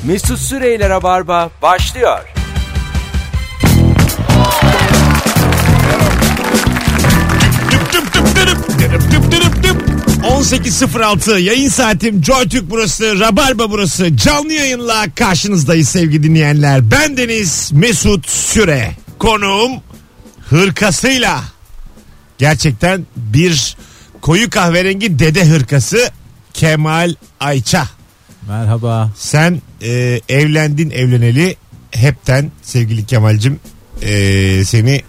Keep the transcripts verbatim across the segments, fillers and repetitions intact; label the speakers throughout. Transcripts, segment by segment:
Speaker 1: Mesut Süreyler'e barba başlıyor.
Speaker 2: on sekiz sıfır altı yayın saatim. JoyTürk burası, Rabarba burası. Canlı yayınla karşınızdayız sevgili dinleyenler. Bendeniz Mesut Süre. Konuğum hırkasıyla, gerçekten bir koyu kahverengi dede hırkası, Kemal Ayça.
Speaker 3: Merhaba.
Speaker 2: Sen e, evlendin evleneli hepten sevgili Kemal'cim, e, seni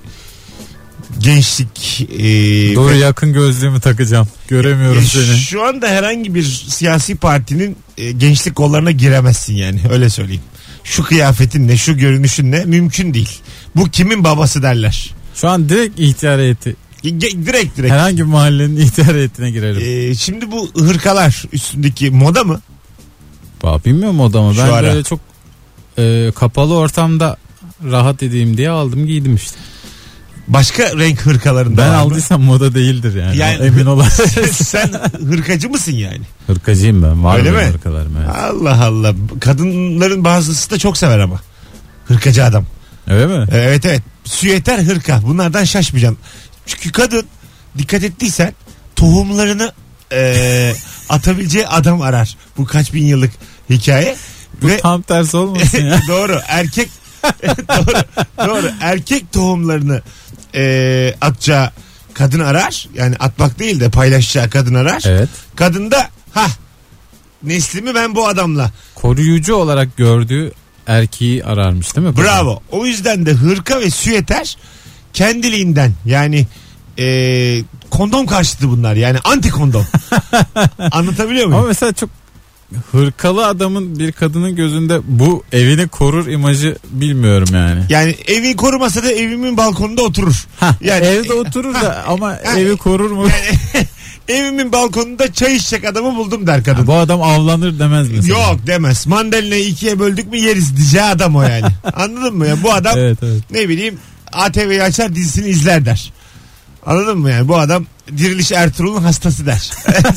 Speaker 2: gençlik... E,
Speaker 3: Doğru, yakın gözlüğümü takacağım. Göremiyorum
Speaker 2: e,
Speaker 3: seni.
Speaker 2: Şu anda herhangi bir siyasi partinin e, gençlik kollarına giremezsin yani, öyle söyleyeyim. Şu kıyafetinle, şu görünüşünle mümkün değil. Bu kimin babası derler.
Speaker 3: Şu an direkt ihtiyar heyeti.
Speaker 2: Ge- direkt direkt.
Speaker 3: Herhangi bir mahallenin ihtiyar heyetine girelim.
Speaker 2: E, şimdi bu hırkalar üstündeki moda mı?
Speaker 3: Ba, bilmiyorum o da mı?
Speaker 2: Şu
Speaker 3: Ben
Speaker 2: ara.
Speaker 3: böyle çok e, kapalı ortamda rahat edeyim diye aldım, giydim işte.
Speaker 2: Başka renk hırkalarında
Speaker 3: Ben
Speaker 2: var mı?
Speaker 3: aldıysam moda değildir yani.
Speaker 2: Yani
Speaker 3: Emin olalım.
Speaker 2: Sen hırkacı mısın yani?
Speaker 3: Hırkacıyım ben. Var
Speaker 2: Öyle
Speaker 3: mı
Speaker 2: mi?
Speaker 3: hırkalarım? Evet.
Speaker 2: Allah Allah. Kadınların bazısı da çok sever ama. Hırkacı adam.
Speaker 3: Öyle mi?
Speaker 2: Evet evet. Süeter, hırka. Bunlardan şaşmayacaksın. Çünkü kadın, dikkat ettiysen, tohumlarını e, atabileceği adam arar. Bu kaç bin yıllık hikaye.
Speaker 3: Bu
Speaker 2: Ve
Speaker 3: tam tersi olmasın ya.
Speaker 2: doğru. Erkek doğru. Doğru. Erkek tohumlarını e, atacağı kadın arar. Yani atmak değil de paylaşacağı kadın arar.
Speaker 3: Evet.
Speaker 2: Kadın da ha neslimi ben bu adamla.
Speaker 3: Koruyucu olarak gördüğü erkeği ararmış değil mi?
Speaker 2: Bravo. O yüzden de hırka ve süeter kendiliğinden, yani e, kondom karşıtı bunlar. Yani anti kondom. Anlatabiliyor muyum?
Speaker 3: Ama mesela çok hırkalı adamın bir kadının gözünde bu evini korur imajı bilmiyorum yani.
Speaker 2: Yani evi korumasa da evimin balkonunda oturur.
Speaker 3: Hah,
Speaker 2: yani
Speaker 3: evde oturur da ama
Speaker 2: ha,
Speaker 3: evi korur mu?
Speaker 2: Yani, evimin balkonunda çay içecek adamı buldum der kadın.
Speaker 3: Ha, bu adam avlanır demez mesela.
Speaker 2: Yok demez. Mandalina'yı ikiye böldük mü yeriz diyeceği adam o yani. Anladın mı ya? Bu adam
Speaker 3: Evet, evet.
Speaker 2: ne bileyim A T V'yi açar, dizisini izler der. Anladın mı yani? Bu adam Diriliş Ertuğrul'un hastası der.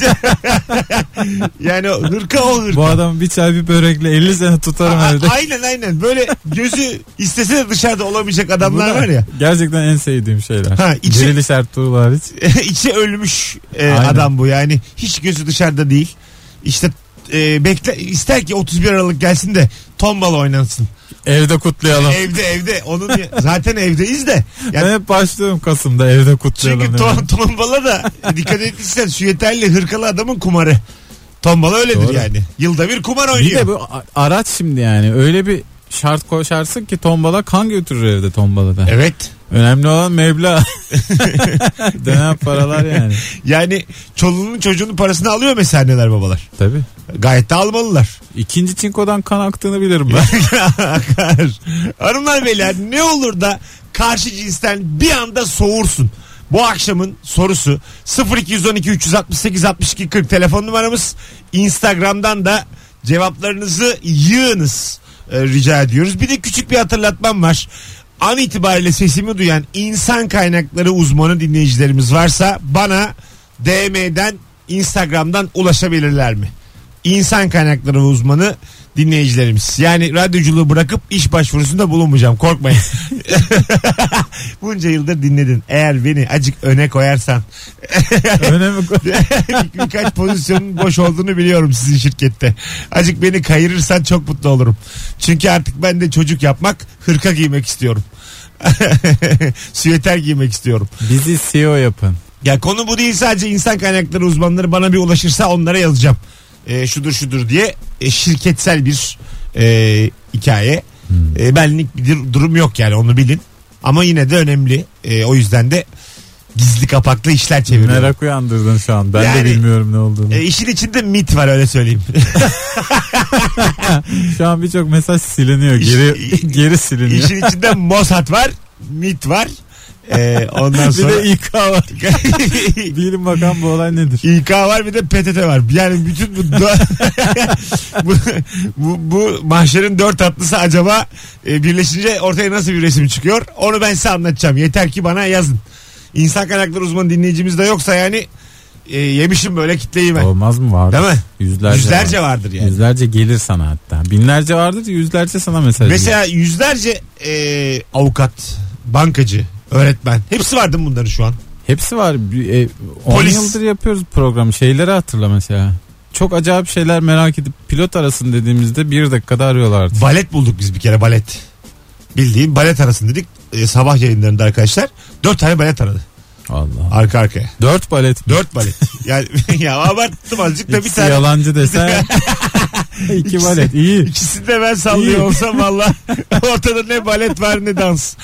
Speaker 2: Yani o hırka o hırka.
Speaker 3: Bu adam bir çay bir börekle elli sene tutarım
Speaker 2: A-
Speaker 3: evde.
Speaker 2: Aynen aynen. Böyle gözü istese de dışarıda olamayacak adamlar var ya.
Speaker 3: Gerçekten en sevdiğim şeyler.
Speaker 2: Ha, içi-
Speaker 3: Diriliş Ertuğrul hariç.
Speaker 2: İçi ölmüş e,
Speaker 3: Aynen.
Speaker 2: adam bu yani. Hiç gözü dışarıda değil. İşte e, bekle ister ki otuz bir Aralık gelsin de tombala oynansın.
Speaker 3: Evde kutlayalım.
Speaker 2: Evde evde. Onun zaten evdeyiz de. Yani
Speaker 3: Ben hep başlıyorum Kasım'da evde kutlayalım.
Speaker 2: çünkü to- tombala da dikkat ettiysen süeterli hırkalı adamın kumarı. Tombala öyledir
Speaker 3: Doğru.
Speaker 2: yani. Yılda bir kumar
Speaker 3: Bir
Speaker 2: oynuyor.
Speaker 3: de bu a- araç şimdi yani öyle bir şart koşarsın ki tombala kan götürür evde tombalada.
Speaker 2: Evet.
Speaker 3: Önemli olan meblağ. Dönen paralar yani.
Speaker 2: Yani çoluğunun çocuğunun parasını alıyor mesela anneler babalar.
Speaker 3: Tabii.
Speaker 2: Gayet de almalılar.
Speaker 3: İkinci çinkodan kan aktığını bilirim ben.
Speaker 2: Akar. Hanımlar beyler, ne olur da karşı cinsten bir anda soğursun. Bu akşamın sorusu sıfır iki on iki üç altı sekiz altmış iki kırk telefon numaramız. Instagram'dan da cevaplarınızı yığınız e, rica ediyoruz. Bir de küçük bir hatırlatmam var. An itibariyle sesimi duyan insan kaynakları uzmanı dinleyicilerimiz varsa bana D M'den, Instagram'dan ulaşabilirler mi? İnsan kaynakları uzmanı dinleyicilerimiz. Yani radyoculuğu bırakıp iş başvurusunda bulunmayacağım. Korkmayın. Bunca yıldır dinledin. Eğer beni acık öne koyarsan
Speaker 3: Öyle mi?
Speaker 2: birkaç pozisyonun boş olduğunu biliyorum sizin şirkette. Acık beni kayırırsan çok mutlu olurum. Çünkü artık ben de çocuk yapmak, hırka giymek istiyorum. Süveter giymek istiyorum.
Speaker 3: Bizi C E O yapın.
Speaker 2: Ya konu bu değil, sadece insan kaynakları uzmanları bana bir ulaşırsa onlara yazacağım. E, şudur şudur diye e, şirketsel bir e, hikaye. Hmm. E, benlik bir durum yok yani, onu bilin. Ama yine de önemli. E, o yüzden de gizli kapaklı işler çeviriyorum.
Speaker 3: Merak uyandırdın şu an. Ben
Speaker 2: Yani,
Speaker 3: de bilmiyorum ne olduğunu.
Speaker 2: E, işin içinde mit var, öyle söyleyeyim.
Speaker 3: Şu an birçok mesaj siliniyor. Geri
Speaker 2: İş-
Speaker 3: geri siliniyor.
Speaker 2: İşin içinde Mossad var, mit var. E, ondan
Speaker 3: Bir
Speaker 2: sonra
Speaker 3: de İK var. Bilin bakalım bu olay nedir?
Speaker 2: İK var, bir de P T T var. Yani bütün bu dö- bu, bu, bu mahşerin dört atlısı acaba e, birleşince ortaya nasıl bir resim çıkıyor? Onu ben size anlatacağım. Yeter ki bana yazın. İnsan kaynakları uzmanı dinleyicimiz de yoksa yani e, yemişim böyle kitleyi ben.
Speaker 3: Olmaz mı, vardır?
Speaker 2: Değil mi?
Speaker 3: Yüzlerce,
Speaker 2: Yüzlerce
Speaker 3: var.
Speaker 2: vardır yani.
Speaker 3: Yüzlerce gelir sana hatta. Binlerce vardır, yüzlerce sana mesaj
Speaker 2: Mesela gelir. Yüzlerce e, avukat, bankacı, öğretmen. Hepsi var değil mi bunların şu an?
Speaker 3: Hepsi var. E, on yıldır yapıyoruz programı. Şeyleri hatırla mesela. Çok acayip şeyler merak edip pilot arasın dediğimizde bir dakikada arıyorlardı.
Speaker 2: Balet bulduk biz bir kere, balet. Bildiğin balet arasın dedik. E, sabah yayınlarında arkadaşlar. Dört tane balet aradı.
Speaker 3: Allah.
Speaker 2: Arka arkaya.
Speaker 3: Dört balet.
Speaker 2: Dört balet. Yani ya abarttım azıcık da bir
Speaker 3: İkisi
Speaker 2: tane.
Speaker 3: Yalancı desen. İki
Speaker 2: İkisi,
Speaker 3: balet iyi.
Speaker 2: İkisini de ben sallıyor
Speaker 3: İyi.
Speaker 2: olsam valla ortada ne balet var ne dans.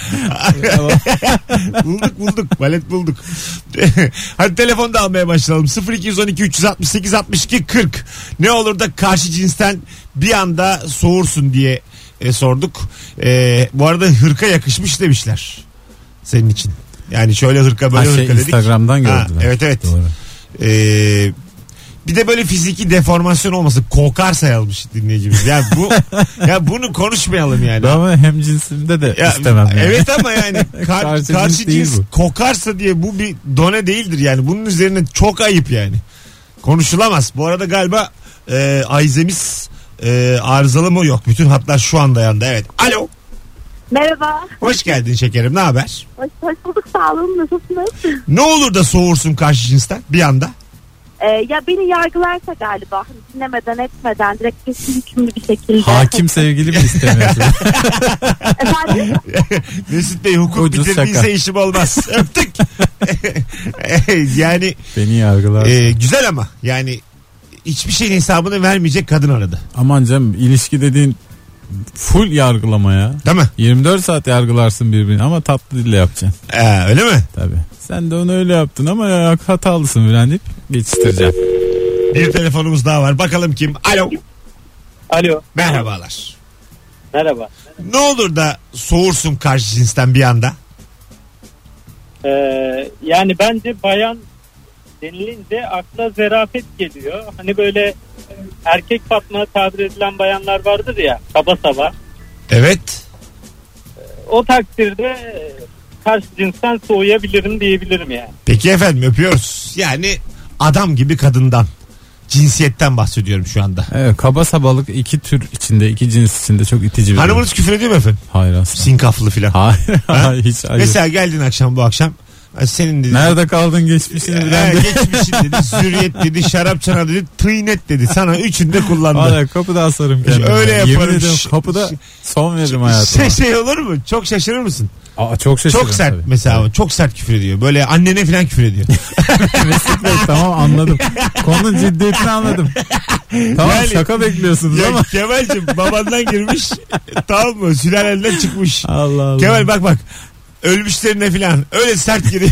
Speaker 2: bulduk bulduk balet bulduk. Hadi telefonu da almaya başlayalım. sıfır iki on iki üç altı sekiz altmış iki kırk. Ne olur da karşı cinsten bir anda soğursun diye e, sorduk. E, bu arada hırka yakışmış demişler senin için. Yani şöyle hırka böyle
Speaker 3: ha, şey,
Speaker 2: hırka dedik.
Speaker 3: Instagram'dan gördüler.
Speaker 2: Ha, evet evet.
Speaker 3: Doğru.
Speaker 2: Eee Bir de böyle fiziki deformasyon olması, kokarsa yazmış dinleyicimiz. Ya bu ya bunu konuşmayalım yani.
Speaker 3: Ama hem cinsinde de
Speaker 2: Ya,
Speaker 3: istemem. Yani.
Speaker 2: Evet ama yani kar,
Speaker 3: karşı,
Speaker 2: karşı
Speaker 3: cins, değil
Speaker 2: cins
Speaker 3: bu.
Speaker 2: kokarsa diye bu bir done değildir yani. Bunun üzerine çok ayıp yani. Konuşulamaz. Bu arada galiba e, Ayzemiz e, arızalı mı, yok. Bütün hatlar şu anda yandı. Evet. Alo.
Speaker 4: Merhaba.
Speaker 2: Hoş geldin şekerim. Ne haber?
Speaker 4: Hoş, hoş bulduk, sağ olun. Nasılsınız?
Speaker 2: Ne olur da soğursun karşı cinsten bir anda?
Speaker 4: Ee, ya beni yargılarsa galiba, hani dinlemeden etmeden direkt kesin hükümlü bir şekilde.
Speaker 3: Hakim sevgili mi istemiyorsun?
Speaker 4: Efendim?
Speaker 2: Mesut Bey, hukuk
Speaker 3: Ucuz
Speaker 2: bitirdiyse
Speaker 3: şaka.
Speaker 2: işim olmaz. Öptük. Yani
Speaker 3: Beni yargılar.
Speaker 2: e, güzel ama yani hiçbir şeyin hesabını vermeyecek kadın aradı.
Speaker 3: Aman canım, ilişki dediğin full yargılama ya.
Speaker 2: Değil mi?
Speaker 3: yirmi dört saat yargılarsın birbirini ama tatlı dille yapacaksın.
Speaker 2: Ee, öyle mi?
Speaker 3: Tabii. Sen de onu öyle yaptın ama ya, hatalısın falan deyip geçiştireceğim.
Speaker 2: Bir telefonumuz daha var. Bakalım kim? Alo.
Speaker 5: Alo.
Speaker 2: Merhabalar.
Speaker 5: Merhaba.
Speaker 2: Ne olur da soğursun karşı cinsten bir anda?
Speaker 5: Ee, yani bence bayan denilince akla zerafet geliyor. Hani böyle erkek Fatma tabir edilen bayanlar vardır ya, kaba saba.
Speaker 2: Evet.
Speaker 5: O takdirde karşı cinsten soğuyabilirim diyebilirim yani.
Speaker 2: Peki efendim, öpüyoruz. Yani adam gibi kadından, cinsiyetten bahsediyorum şu anda.
Speaker 3: Evet, kaba sabalık iki tür içinde, iki cins içinde çok itici bir
Speaker 2: Hanımınız küfür ediyor mu efendim?
Speaker 3: Hayır aslında.
Speaker 2: Sinkaflı filan.
Speaker 3: Hayır, hayır, hiç hayır.
Speaker 2: Mesela geldin akşam, bu akşam. Senin dedi.
Speaker 3: Nerede kaldın geçmişini bilen
Speaker 2: Ee,
Speaker 3: de.
Speaker 2: geçmişin dedi, zürriyet dedi, şarap çana dedi, tıynet dedi. Sana üçünde kullandı.
Speaker 3: Valla kapıda asarım kendimi.
Speaker 2: Öyle
Speaker 3: Yemin
Speaker 2: yaparım.
Speaker 3: ediyorum, kapıda son veririm hayatıma.
Speaker 2: Şey, şey olur mu? Çok şaşırır mısın?
Speaker 3: Aa, çok şaşırdım.
Speaker 2: Çok sert
Speaker 3: tabii.
Speaker 2: mesela ama çok sert küfür ediyor. Böyle annene falan küfür ediyor.
Speaker 3: Mesut Bey, tamam anladım. Konunun ciddiyetini anladım. Tamam,
Speaker 2: Yani-
Speaker 3: şaka bekliyorsunuz
Speaker 2: Ya
Speaker 3: ama.
Speaker 2: Kemal'cim babandan girmiş, tamam mı? Sülalenden çıkmış.
Speaker 3: Allah Allah.
Speaker 2: Kemal bak bak. Ölmüşlerine falan öyle sert giriyor.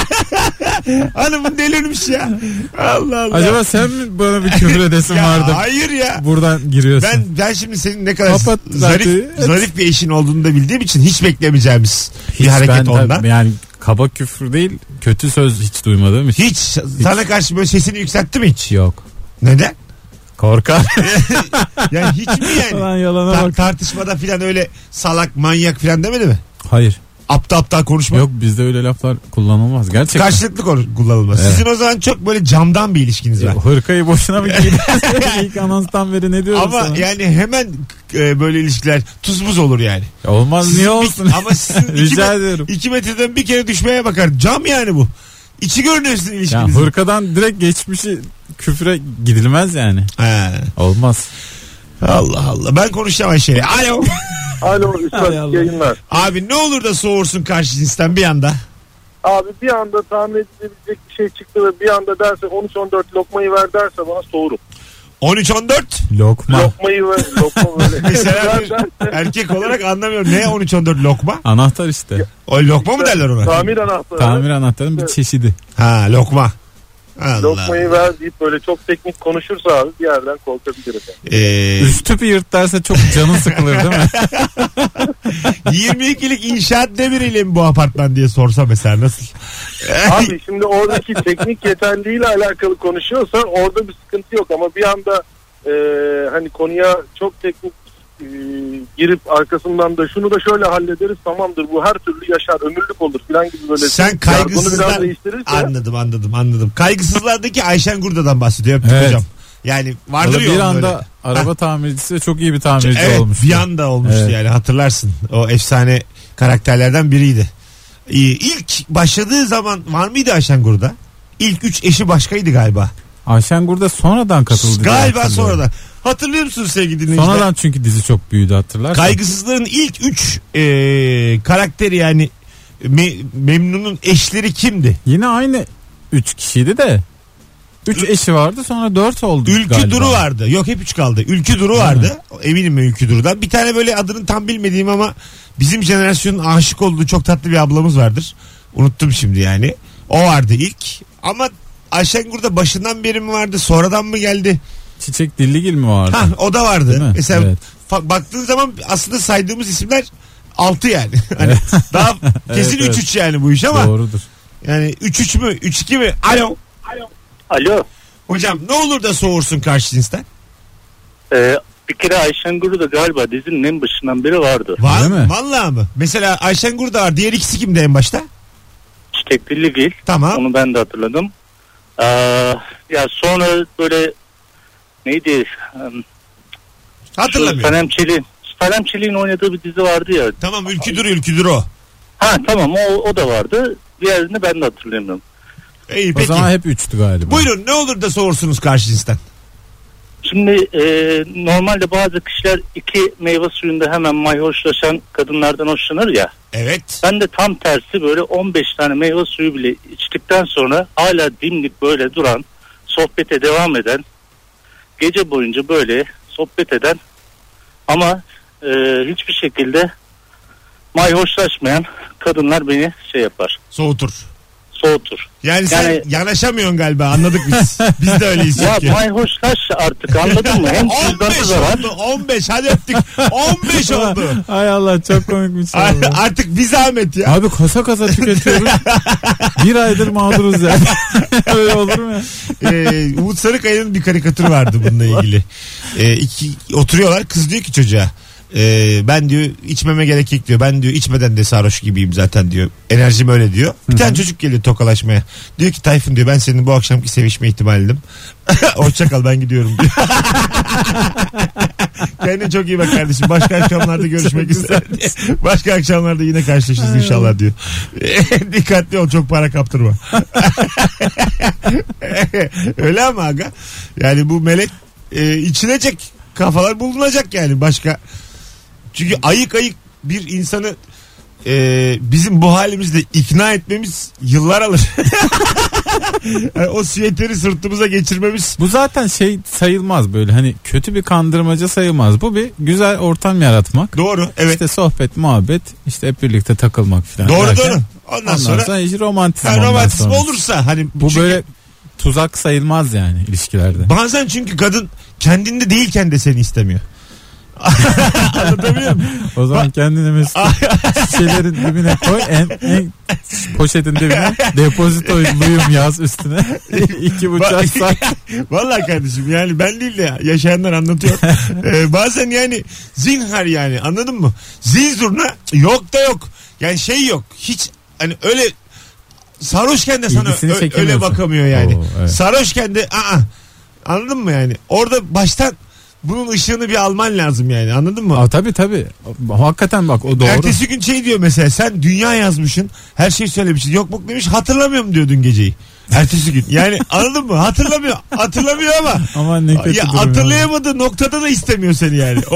Speaker 2: Hanımın delirmiş ya. Allah Allah.
Speaker 3: Acaba sen mi bana bir küfür edesin
Speaker 2: ya
Speaker 3: vardı?
Speaker 2: hayır ya.
Speaker 3: Buradan giriyorsun.
Speaker 2: Ben ben şimdi senin ne kadar
Speaker 3: Kapat
Speaker 2: zarif
Speaker 3: zaten.
Speaker 2: zarif bir eşin olduğunu da bildiğim için hiç beklemeyeceğimiz bir
Speaker 3: Hiç
Speaker 2: hareket
Speaker 3: ben,
Speaker 2: ondan.
Speaker 3: Yani kaba küfür değil, kötü söz hiç duymadığım için.
Speaker 2: Hiç sana karşı böyle sesini yükseltti mi hiç?
Speaker 3: Yok.
Speaker 2: Neden?
Speaker 3: Korkar.
Speaker 2: Yani hiç mi yani?
Speaker 3: Lan yalana
Speaker 2: Ta-
Speaker 3: bak.
Speaker 2: tartışmada filan öyle salak manyak filan demedi mi?
Speaker 3: Hayır.
Speaker 2: Aptal aptal konuşma.
Speaker 3: Yok, bizde öyle laflar kullanılmaz. Gerçekten.
Speaker 2: Karşılıklı konu- kullanılmaz.
Speaker 3: Evet.
Speaker 2: Sizin o zaman çok böyle camdan bir ilişkiniz var.
Speaker 3: Ya, hırkayı boşuna mı giydin? İlk anonstan beri ne diyorum
Speaker 2: Ama
Speaker 3: sana?
Speaker 2: yani hemen e, böyle ilişkiler tuz buz olur yani.
Speaker 3: Ya olmaz,
Speaker 2: Sizin
Speaker 3: niye
Speaker 2: bir-
Speaker 3: olsun?
Speaker 2: ama sizin iki,
Speaker 3: Rica
Speaker 2: met-
Speaker 3: ediyorum.
Speaker 2: iki metreden bir kere düşmeye bakar. Cam yani bu. İçi görünüyor sizin
Speaker 3: Ya
Speaker 2: ilişkinizin.
Speaker 3: hırkadan direkt geçmişi küfüre gidilmez yani.
Speaker 2: He.
Speaker 3: Olmaz.
Speaker 2: Allah Allah. Ben konuşacağım Ayşe'yle. Alo.
Speaker 6: Alo
Speaker 3: Hay
Speaker 6: Üstad,
Speaker 3: Allah.
Speaker 6: yayınlar.
Speaker 2: Abi ne olur da soğursun karşı cinsten bir anda.
Speaker 6: Abi bir anda tahmin edilebilecek bir şey çıktı ve bir anda derse on üç on dört lokmayı ver derse bana soğurum.
Speaker 2: on üç on dört.
Speaker 3: Lokma.
Speaker 6: Lokmayı ver, lokma böyle.
Speaker 2: Mesela
Speaker 6: Ver
Speaker 2: bir
Speaker 6: derse,
Speaker 2: erkek olarak anlamıyorum. Ne on üç on dört lokma?
Speaker 3: Anahtar işte.
Speaker 2: O lokma mı derler ona?
Speaker 6: tamir anahtarı.
Speaker 3: Tamir anahtarının bir çeşidi.
Speaker 2: Ha lokma. Allah.
Speaker 6: Lokmayı ver deyip böyle çok teknik konuşursa abi bir yerden korkabilirim. Yani.
Speaker 2: Ee,
Speaker 3: Üstü bir yırt derse çok canı sıkılır değil mi?
Speaker 2: yirmi ikilik inşaat demiriyle mi bu apartman diye sorsa mesela nasıl?
Speaker 6: Abi şimdi oradaki teknik yeterliğiyle alakalı konuşuyorsa orada bir sıkıntı yok ama bir anda e, hani konuya çok teknik e, girip arkasından da şunu da şöyle hallederiz, tamamdır bu her türlü yaşar, ömürlük olur falan gibi böyle.
Speaker 2: Sen kaygısızlar anladım anladım anladım. Kaygısızlardaki Ayşen Gurda'dan bahsediyor.
Speaker 3: Evet.
Speaker 2: Hocam. Yani vardır
Speaker 3: bir
Speaker 2: ya
Speaker 3: anda
Speaker 2: böyle.
Speaker 3: araba
Speaker 2: Ha.
Speaker 3: tamircisi çok iyi bir tamirci
Speaker 2: Evet,
Speaker 3: olmuştu.
Speaker 2: bir anda olmuştu
Speaker 3: Evet.
Speaker 2: yani, hatırlarsın. O efsane karakterlerden biriydi. Ee, İlk başladığı zaman var mıydı Ayşen Gurda? İlk üç eşi başkaydı galiba.
Speaker 3: Ayşen Gurda sonradan katıldı. diye
Speaker 2: Galiba
Speaker 3: hatırlıyorum.
Speaker 2: sonradan. Hatırlıyor musunuz sevgili dinleyiciler?
Speaker 3: Sonradan çünkü dizi çok büyüdü, hatırlarsan.
Speaker 2: Kaygısızların ilk üç e, karakteri yani Me- Memnun'un eşleri kimdi?
Speaker 3: Yine aynı üç kişiydi de. Üç eşi vardı, sonra dört oldu
Speaker 2: Ülkü
Speaker 3: galiba.
Speaker 2: Duru vardı. Yok, hep üç kaldı. Ülkü Duru vardı. Eminim ben Ülkü Duru'dan. Bir tane böyle adını tam bilmediğim ama bizim jenerasyonun aşık olduğu çok tatlı bir ablamız vardır. Unuttum şimdi yani. O vardı ilk. Ama Ayşen Gurda başından beri mi vardı? Sonradan mı geldi?
Speaker 3: Çiçek Dilligil mi vardı?
Speaker 2: Ha, o da vardı.
Speaker 3: Değil mi?
Speaker 2: Mesela
Speaker 3: Evet.
Speaker 2: fa- baktığın zaman aslında saydığımız isimler altı yani. Hani daha kesin
Speaker 3: Evet,
Speaker 2: üç üç yani bu iş ama.
Speaker 3: Doğrudur.
Speaker 2: Yani üç üç mü? üç iki mi? Alo.
Speaker 5: Alo.
Speaker 2: Hocam ne olur da soğursun karşı cinsten?
Speaker 5: Ee, bir kere Ayşen Guru da galiba dizinin en başından beri vardı.
Speaker 2: Var
Speaker 3: Öyle
Speaker 2: mı?
Speaker 3: mi?
Speaker 2: Vallahi mı? Mesela Ayşen Gurda var. Diğer ikisi kimdi en başta?
Speaker 5: Çiçek Dilligil.
Speaker 2: Tamam.
Speaker 5: Onu ben de hatırladım. Ee, ya sonra böyle neydi? Um,
Speaker 2: Hatırlamıyorum.
Speaker 5: Sanem Çelik'in Sanem Çelik'in oynadığı bir dizi vardı ya.
Speaker 2: Tamam, Ülküdür Ülküdür o.
Speaker 5: Ha tamam, o, o da vardı. Diğerini ben de hatırlamıyorum.
Speaker 2: İyi
Speaker 3: O
Speaker 2: peki.
Speaker 3: zaman hep üçtü galiba.
Speaker 2: Buyurun, ne olur da soğursunuz karşı cinsten?
Speaker 5: Şimdi e, normalde bazı kişiler iki meyve suyunda hemen mayhoşlaşan kadınlardan hoşlanır ya.
Speaker 2: Evet.
Speaker 5: Ben de tam tersi, böyle on beş tane meyve suyu bile içtikten sonra hala dimdik böyle duran, sohbete devam eden, gece boyunca böyle sohbet eden ama e, hiçbir şekilde mayhoşlaşmayan kadınlar beni şey yapar,
Speaker 2: Soğutur.
Speaker 5: soğutur.
Speaker 2: Yani sen
Speaker 5: Yani-
Speaker 2: yanaşamıyorsun galiba, anladık biz. Biz de öyleyiz
Speaker 5: Ya
Speaker 2: çünkü.
Speaker 5: mayhoşlaş artık, anladın mı? Hem
Speaker 2: on
Speaker 5: cüzdanı
Speaker 2: beş
Speaker 5: zarar.
Speaker 2: oldu, on beş hadi öptük. on beş oldu.
Speaker 3: Ay Allah, çok komik bir şey oldu.
Speaker 2: Artık bir zahmet ya.
Speaker 3: Abi kasa kasa tüketiyoruz. Bir aydır mağduruz yani. Öyle olur mu ya?
Speaker 2: Ee, Umut Sarıkaya'nın bir karikatürü vardı bununla ilgili. Ee, iki, oturuyorlar, kız diyor ki çocuğa, e, ben diyor içmeme gerek yok diyor. Ben diyor içmeden de sarhoş gibiyim zaten diyor. Enerjim öyle diyor. Bir tane çocuk geliyor tokalaşmaya. Diyor ki Tayfun diyor, ben senin bu akşamki sevişme ihtimalinim. Hoşça kal, ben gidiyorum diyor. Kendine çok iyi bak kardeşim. Başka akşamlarda görüşmek üzere. Başka akşamlarda yine karşılaşırız inşallah diyor. Dikkatli ol, çok para kaptırma. Öyle ama aga. Yani bu melek e, içilecek, kafalar bulunacak yani başka. Çünkü ayık ayık bir insanı e, bizim bu halimizde ikna etmemiz yıllar alır. Yani o süvetleri sırtımıza geçirmemiz.
Speaker 3: Bu zaten şey sayılmaz, böyle hani kötü bir kandırmaca sayılmaz. Bu bir güzel ortam yaratmak.
Speaker 2: Doğru, evet.
Speaker 3: İşte sohbet, muhabbet, işte hep birlikte takılmak falan.
Speaker 2: Doğru
Speaker 3: derken,
Speaker 2: doğru. Ondan,
Speaker 3: Ondan
Speaker 2: sonra,
Speaker 3: sonra işte romantizm.
Speaker 2: yani
Speaker 3: ondan
Speaker 2: romantizm
Speaker 3: sonra.
Speaker 2: olursa hani
Speaker 3: Bu
Speaker 2: çünkü
Speaker 3: böyle tuzak sayılmaz yani ilişkilerde.
Speaker 2: bazen çünkü kadın kendinde değilken de seni istemiyor. Anlatabiliyor muyum?
Speaker 3: O zaman kendini Mesut şişelerin dibine koy, en, en poşetin dibine depozitoyum yaz üstüne. İki buçuk saat.
Speaker 2: Vallahi kardeşim, yani ben değil de yaşayanlar anlatıyor. Ee, bazen yani zinhar, yani anladın mı? Zil zurna yok da yok. Yani şey yok. Hiç hani öyle sarhoşken de sana
Speaker 3: İlgisini
Speaker 2: ö- öyle
Speaker 3: çekemiyorsun.
Speaker 2: bakamıyor yani.
Speaker 3: Oo, evet.
Speaker 2: Sarhoşken de aa, anladın mı yani? Orada baştan bunun ışığını bir alman lazım yani, anladın mı?
Speaker 3: Aa, tabii tabii. Hakikaten bak, o doğru.
Speaker 2: Ertesi gün şey diyor mesela, sen dünya yazmışsın, her şeyi söylemişsin, yok bok demiş, hatırlamıyorum diyor dün geceyi. Ertesi gün yani, anladın mı? Hatırlamıyor. Hatırlamıyor ama
Speaker 3: Aman ne kötü
Speaker 2: ya,
Speaker 3: durum
Speaker 2: hatırlayamadığı noktada da istemiyor seni yani. O...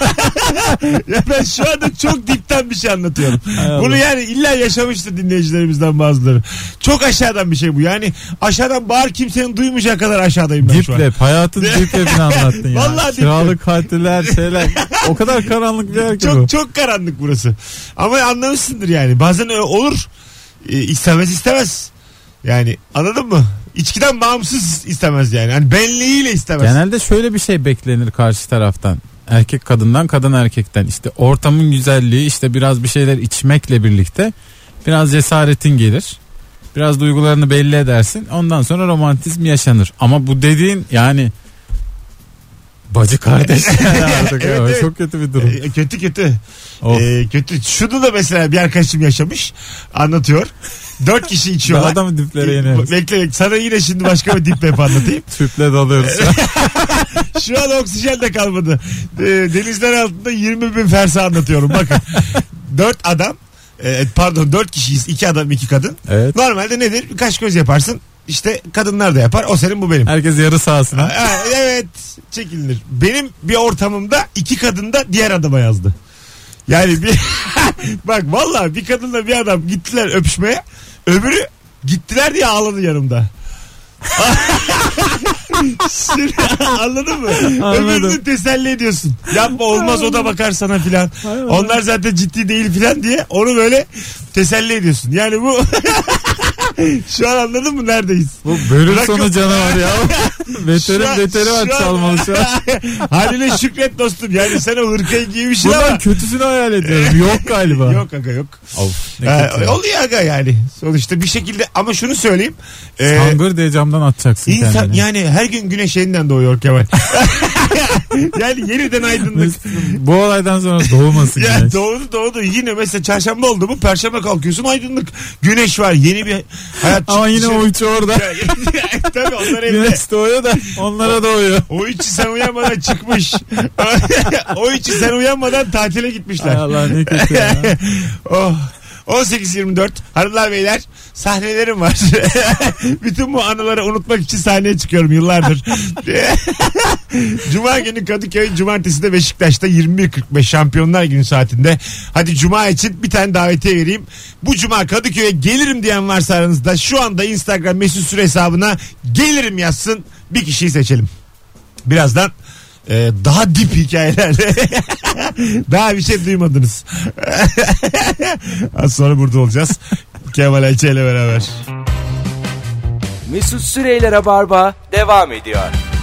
Speaker 2: ya ben şu anda çok dipten bir şey anlatıyorum.
Speaker 3: Allah.
Speaker 2: Bunu yani illa yaşamıştır dinleyicilerimizden bazıları. Çok aşağıdan bir şey bu. Yani aşağıdan bağır, kimsenin duymayacağı kadar aşağıdayım ben şu an.
Speaker 3: Diplep, hayatın diplebini anlattın ya.
Speaker 2: Vallahi diplep.
Speaker 3: Kiralık katiller şeyler. O kadar karanlık bir yer ki bu.
Speaker 2: Çok çok karanlık burası. Ama anlamışsındır yani. Bazen öyle olur. E, istemez istemez. Yani anladın mı? İçkiden bağımsız istemez yani. Hani benliğiyle istemez.
Speaker 3: Genelde şöyle bir şey beklenir karşı taraftan. Erkek kadından, kadın erkekten. İşte ortamın güzelliği, işte biraz bir şeyler içmekle birlikte biraz cesaretin gelir. Biraz duygularını belli edersin. Ondan sonra romantizm yaşanır. Ama bu dediğin yani Bacı kardeş yani artık.
Speaker 2: Evet,
Speaker 3: ya.
Speaker 2: evet.
Speaker 3: Çok kötü bir durum.
Speaker 2: E, kötü kötü.
Speaker 3: Of.
Speaker 2: E, kötü. Şunu da mesela bir arkadaşım yaşamış. Anlatıyor. Dört kişi içiyorlar.
Speaker 3: Daha da mı diplere iniyoruz?
Speaker 2: Bekle bekle. Sana yine şimdi başka bir dip map anlatayım.
Speaker 3: Tüple dalıyoruz.
Speaker 2: Şu an oksijen de kalmadı. E, denizler altında yirmi bin fersa anlatıyorum. Bakın. Dört adam. E, pardon dört kişiyiz. İki adam iki kadın.
Speaker 3: Evet.
Speaker 2: Normalde nedir? Kaş göz yaparsın. İşte kadınlar da yapar. O senin bu benim.
Speaker 3: Herkes yarı sahasına.
Speaker 2: Ha, evet çekilir. Benim bir ortamımda iki kadın da diğer adama yazdı. Yani bir bak vallahi bir kadınla bir adam gittiler öpüşmeye. Öbürü gittiler diye ağladı yanımda. Şimdi, anladın mı?
Speaker 3: Anladım.
Speaker 2: Öbürünü teselli ediyorsun. Yapma olmaz o da bakar sana filan. Onlar zaten ciddi değil filan diye onu böyle teselli ediyorsun. Yani bu şu an anladın mı neredeyiz?
Speaker 3: Bu bölüm
Speaker 2: Bırak
Speaker 3: sonu
Speaker 2: yok.
Speaker 3: canavar ya. Beterin
Speaker 2: Şu an-
Speaker 3: beteri var
Speaker 2: şu an-
Speaker 3: çalmalı şu an.
Speaker 2: Haline şükret dostum. Yani sen o hırkayı giymişsin ama.
Speaker 3: Bundan kötüsünü hayal ediyorum. Yok galiba.
Speaker 2: Yok aga yok.
Speaker 3: Of, ne
Speaker 2: Ha,
Speaker 3: kötü ya.
Speaker 2: oluyor aga yani. Sonuçta bir şekilde ama şunu söyleyeyim. Ee,
Speaker 3: Sangır diye camdan atacaksın
Speaker 2: insan
Speaker 3: kendini.
Speaker 2: yani her gün güneş yeniden doğuyor Kemal. Yani yeniden aydınlık.
Speaker 3: Bu olaydan sonra doğmasın.
Speaker 2: Ya
Speaker 3: güneş.
Speaker 2: doğdu doğdu. Yine mesela çarşamba oldu mu perşembe kalkıyorsun aydınlık. Güneş var yeni bir hayat.
Speaker 3: Ama yine
Speaker 2: çıkışı.
Speaker 3: o üçü orada.
Speaker 2: Tabii onlar evde.
Speaker 3: Güneş doğuyor da onlara doğuyor.
Speaker 2: O içi sen uyanmadan çıkmış. O içi sen uyanmadan tatile gitmişler.
Speaker 3: Ay Allah ne kötü ya.
Speaker 2: Oh. on sekiz yirmi dört hanımlar beyler sahnelerim var. Bütün bu anıları unutmak için sahneye çıkıyorum yıllardır. Cuma günü Kadıköy, cumartesi de Beşiktaş'ta yirmi bir kırk beş Şampiyonlar Günü saatinde. Hadi Cuma için bir tane davetiye vereyim. Bu Cuma Kadıköy'e gelirim diyen varsa aranızda şu anda Instagram Mesut Süre hesabına gelirim yazsın. Bir kişiyi seçelim. Birazdan Ee, daha dip hikayelerle daha bir şey duymadınız. Az sonra burada olacağız. Kemal Ayça ile beraber.
Speaker 1: Mesut Süreyler'e barba devam ediyor.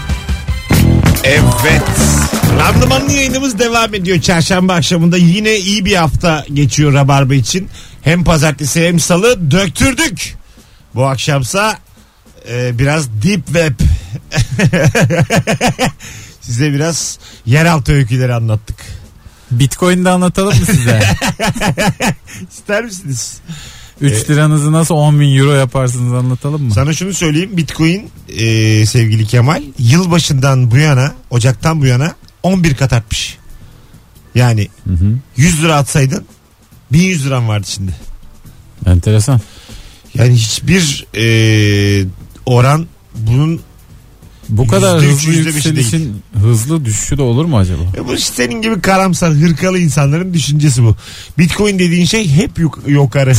Speaker 2: Evet. Randımanlı yayınımız devam ediyor. Çarşamba akşamında yine iyi bir hafta geçiyor Rabarba için. Hem pazartesi hem salı döktürdük. Bu akşamsa e, biraz deep web. Size biraz yeraltı öyküleri anlattık.
Speaker 3: Bitcoin'de anlatalım mı size?
Speaker 2: İster misiniz?
Speaker 3: üç liranızı nasıl on bin euro yaparsınız anlatalım mı?
Speaker 2: Sana şunu söyleyeyim. Bitcoin e, sevgili Kemal yılbaşından bu yana Ocak'tan bu yana on bir kat artmış. Yani
Speaker 3: Hı hı.
Speaker 2: yüz lira atsaydın bin yüz liran vardı şimdi.
Speaker 3: Enteresan.
Speaker 2: Yani hiçbir e, oran bunun
Speaker 3: Bu kadar
Speaker 2: yüzde üç,
Speaker 3: hızlı
Speaker 2: yüzde beşi
Speaker 3: yükselişin hızlı düşüşü de olur mu acaba?
Speaker 2: e, bu işte senin gibi karamsar hırkalı insanların düşüncesi bu. Bitcoin dediğin şey hep yuk- yukarı.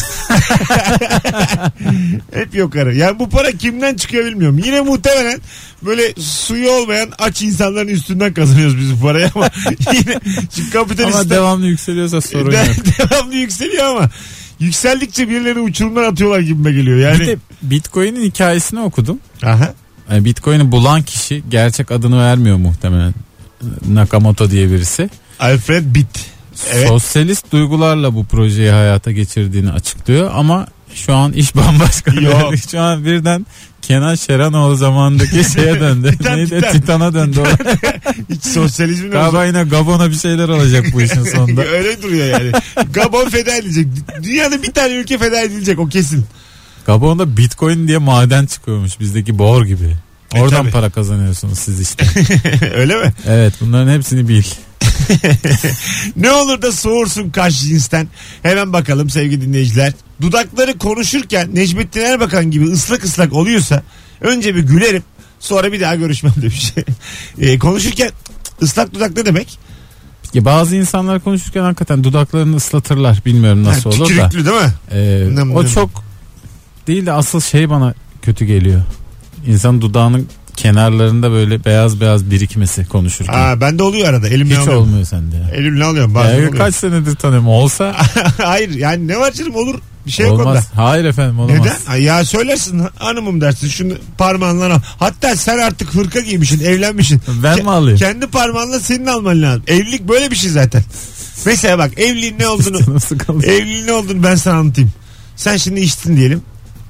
Speaker 2: Hep yukarı. Yani bu para kimden çıkıyor bilmiyorum. Yine muhtemelen böyle suyu olmayan aç insanların üstünden kazanıyoruz biz bu parayı ama yine şimdi kapitalist
Speaker 3: Ama devamlı yükseliyorsa sorun
Speaker 2: de-
Speaker 3: yok.
Speaker 2: devamlı yükseliyor ama yükseldikçe birilerini uçurumdan atıyorlar gibime geliyor. Yani
Speaker 3: Bir de Bitcoin'in hikayesini okudum.
Speaker 2: aha.
Speaker 3: Yani Bitcoin'i bulan kişi gerçek adını vermiyor muhtemelen. Nakamoto diye birisi.
Speaker 2: Alfred Bit. Evet.
Speaker 3: Sosyalist duygularla bu projeyi hayata geçirdiğini açıklıyor ama şu an iş bambaşka.
Speaker 2: Yok.
Speaker 3: Şu an birden Kenan Şeranoğlu zamanındaki şeye döndü.
Speaker 2: Titan,
Speaker 3: Neydi?
Speaker 2: Titan.
Speaker 3: Titan'a döndü. o.
Speaker 2: Hiç sosyalizmin
Speaker 3: Galiba yine Gabon'a bir şeyler olacak bu işin sonunda.
Speaker 2: Öyle duruyor yani. Gabon feda edilecek. Dünyada bir tane ülke feda edilecek o kesin.
Speaker 3: Gabon'da Bitcoin diye maden çıkıyormuş bizdeki bor gibi.
Speaker 2: E,
Speaker 3: Oradan
Speaker 2: tabii.
Speaker 3: para kazanıyorsunuz siz işte.
Speaker 2: Öyle mi?
Speaker 3: Evet, bunların hepsini bil.
Speaker 2: Ne olur da soğursun karşı cinsten. Hemen bakalım sevgili dinleyiciler. Dudakları konuşurken Necmettin Erbakan gibi ıslak ıslak oluyorsa önce bir gülerim. Sonra bir daha görüşmem demiş. e, konuşurken ıslak dudak ne demek?
Speaker 3: Ya bazı insanlar konuşurken hakikaten dudaklarını ıslatırlar. Bilmiyorum nasıl
Speaker 2: Ha,
Speaker 3: olur da.
Speaker 2: tükürüklü değil mi?
Speaker 3: Ee,
Speaker 2: Nım
Speaker 3: o
Speaker 2: nım.
Speaker 3: çok değil de asıl şey bana kötü geliyor. İnsan dudağının kenarlarında böyle beyaz beyaz birikmesi konuşurken.
Speaker 2: Aa, bende oluyor arada. Elimle
Speaker 3: Hiç
Speaker 2: alıyorum.
Speaker 3: olmuyor sende ya.
Speaker 2: Elimle alıyorum. Bazen
Speaker 3: Ya,
Speaker 2: oluyor.
Speaker 3: kaç senedir tanıyorum. Olsa
Speaker 2: Hayır yani ne var canım olur. Bir şey yok onda.
Speaker 3: olmaz. Hayır efendim olamaz.
Speaker 2: Neden? Ay ya söylersin hanımım dersin şunu parmağınla al. Hatta sen artık hırka giymişsin evlenmişsin.
Speaker 3: Ben
Speaker 2: Ke-
Speaker 3: mi alayım?
Speaker 2: Kendi parmağınla senin alman lazım. Evlilik böyle bir şey zaten. Mesela bak evliliğin ne olduğunu
Speaker 3: Canım sıkıldı.
Speaker 2: evliliğin ne olduğunu ben sana anlatayım. Sen şimdi içtin diyelim.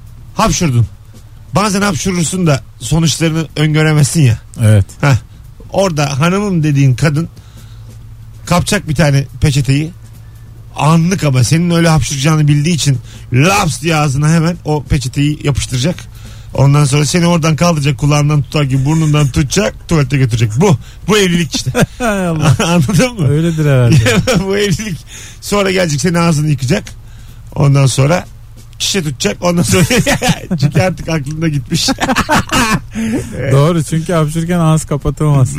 Speaker 2: Hapşurdun. Bazen hapşurursun da sonuçlarını öngöremezsin ya.
Speaker 3: Evet.
Speaker 2: Heh. orada hanımım dediğin kadın kapacak bir tane peçeteyi. Anlık ama senin öyle hapşıracağını bildiği için laps diye ağzına hemen o peçeteyi yapıştıracak. Ondan sonra seni oradan kaldıracak, kulağından tutar gibi burnundan tutacak, tuvalete götürecek. Bu. Bu evlilik işte. Anladın mı?
Speaker 3: Öyledir herhalde.
Speaker 2: Bu evlilik. Sonra gelecek, senin ağzını yıkacak. Ondan sonra şişe tutacak. Ondan sonra çünkü artık aklında gitmiş.
Speaker 3: Doğru, çünkü hapşırırken ağız kapatılmaz.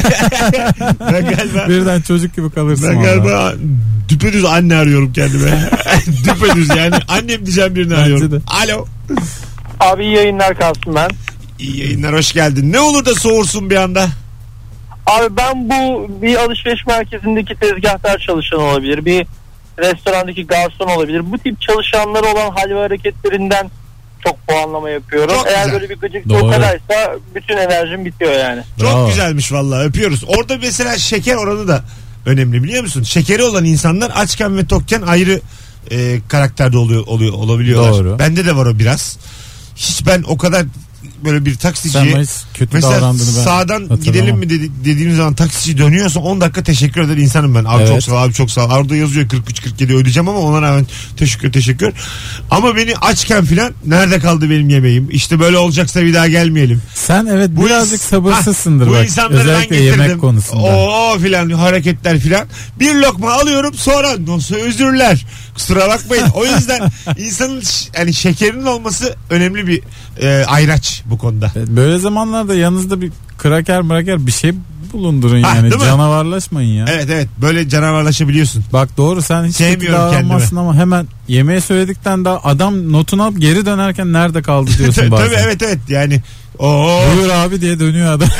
Speaker 2: Ben galiba
Speaker 3: birden çocuk gibi kalırsın.
Speaker 2: Ben galiba düpedüz anne arıyorum kendime. Düpedüz yani. Annem diyeceğim birini
Speaker 3: Bence
Speaker 2: arıyorum.
Speaker 3: de.
Speaker 2: Alo.
Speaker 6: Abi iyi yayınlar kalsın ben.
Speaker 2: İyi yayınlar, hoş geldin. Ne olur da soğursun bir anda?
Speaker 6: Abi ben bu bir alışveriş merkezindeki tezgahtar çalışan olabilir. Bir restorandaki garson olabilir. Bu tip çalışanları olan hal ve hareketlerinden çok puanlama yapıyorum.
Speaker 2: Çok
Speaker 6: Eğer
Speaker 2: güzel.
Speaker 6: böyle bir gıcık
Speaker 3: Doğru.
Speaker 6: tokadaysa bütün enerjim bitiyor yani.
Speaker 2: Çok
Speaker 3: Bravo.
Speaker 2: güzelmiş vallahi, öpüyoruz. Orada mesela şeker oranı da önemli, biliyor musun? Şekeri olan insanlar açken ve tokken ayrı e, karakterde oluyor, oluyor olabiliyorlar.
Speaker 3: Doğru.
Speaker 2: Bende de var o biraz. Hiç ben o kadar böyle bir
Speaker 3: Sen
Speaker 2: taksiciye
Speaker 3: hiç kötü
Speaker 2: mesela
Speaker 3: davrandığını ben
Speaker 2: sağdan
Speaker 3: hatırlamam.
Speaker 2: gidelim mi dedi, dediğim zaman taksici dönüyorsa on dakika teşekkür eder insanım ben. Abi
Speaker 3: Evet.
Speaker 2: çok sağ ol, abi çok sağ ol. Orada yazıyor kırk üç kırk yedi ödeyeceğim ama ona rağmen teşekkür teşekkür. Ama beni açken filan nerede kaldı benim yemeğim? İşte böyle olacaksa bir daha gelmeyelim.
Speaker 3: Sen evet
Speaker 2: Bu
Speaker 3: birazcık
Speaker 2: ins-
Speaker 3: sabırsızsındır
Speaker 2: Ha, bu
Speaker 3: bak.
Speaker 2: insanları ben
Speaker 3: Özellikle
Speaker 2: getirdim.
Speaker 3: yemek konusunda.
Speaker 2: Oo filan hareketler filan. Bir lokma alıyorum, sonra nasıl özürler. Kusura bakmayın. O yüzden insanın ş- yani şekerinin olması önemli bir e, ayraç bu konuda.
Speaker 3: Evet, böyle zamanlarda yanınızda bir kraker mraker bir şey bulundurun
Speaker 2: Ha,
Speaker 3: yani.
Speaker 2: değil mi?
Speaker 3: Canavarlaşmayın ya.
Speaker 2: Evet evet, böyle canavarlaşabiliyorsun.
Speaker 3: Bak doğru, sen hiç kötü
Speaker 2: Sevmiyorum
Speaker 3: davranmazsın ama hemen yemeğe söyledikten daha adam notunu alıp geri dönerken nerede kaldı diyorsun bazen.
Speaker 2: Tabii evet evet yani. Oo.
Speaker 3: Buyur abi diye dönüyor adam.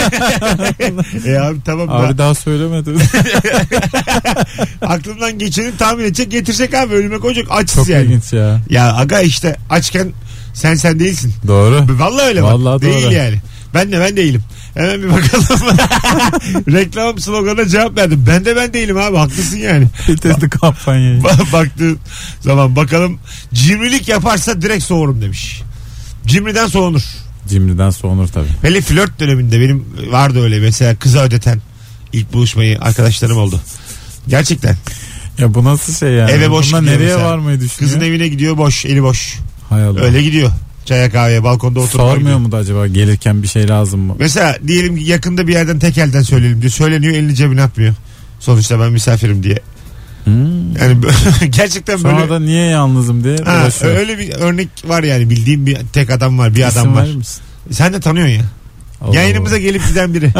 Speaker 2: e abi tamam
Speaker 3: Abi
Speaker 2: da.
Speaker 3: daha söylemedi.
Speaker 2: Aklımdan geçeni tahmin edecek, getirecek abi, önüme koyacak, açsız
Speaker 3: Çok
Speaker 2: yani.
Speaker 3: ilginç ya.
Speaker 2: Ya aga işte açken sen sen değilsin.
Speaker 3: Doğru.
Speaker 2: Vallahi öyle bak.
Speaker 3: Vallahi
Speaker 2: Değil
Speaker 3: doğru.
Speaker 2: yani. Ben de ben değilim. Hemen bir bakalım. Reklam sloganına cevap verdim. Ben de ben değilim abi, haklısın yani.
Speaker 3: Bitirdi kampanyayı.
Speaker 2: Ba- Baktığın zaman bakalım, cimrilik yaparsa direkt soğurum demiş. Cimriden soğunur.
Speaker 3: Cimriden soğunur tabii.
Speaker 2: Hele flört döneminde benim vardı öyle, mesela kıza ödeten ilk buluşmayı arkadaşlarım oldu. Gerçekten.
Speaker 3: Ya bu nasıl şey yani?
Speaker 2: Eve boş
Speaker 3: Bunlar
Speaker 2: gidiyor
Speaker 3: nereye
Speaker 2: mesela.
Speaker 3: varmayı düşünüyor?
Speaker 2: Kızın evine gidiyor, boş, eli boş.
Speaker 3: Hay Allah.
Speaker 2: Öyle gidiyor. Çaya kahveye, balkonda oturup
Speaker 3: Sormuyor mu da acaba gelirken bir şey lazım mı?
Speaker 2: Mesela diyelim ki yakında bir yerden tek elden söyleyelim diyor. Söyleniyor, elini cebine atmıyor. Sonuçta ben misafirim diye.
Speaker 3: Hmm.
Speaker 2: Yani gerçekten
Speaker 3: Sonra
Speaker 2: böyle.
Speaker 3: da niye yalnızım diye
Speaker 2: Ha,
Speaker 3: dolaşıyor.
Speaker 2: öyle bir örnek var yani, bildiğim bir tek adam var, bir
Speaker 3: İsim
Speaker 2: adam var.
Speaker 3: verir misin?
Speaker 2: Sen de tanıyorsun ya.
Speaker 3: Allah
Speaker 2: Yayınımıza
Speaker 3: Allah.
Speaker 2: gelip giden biri.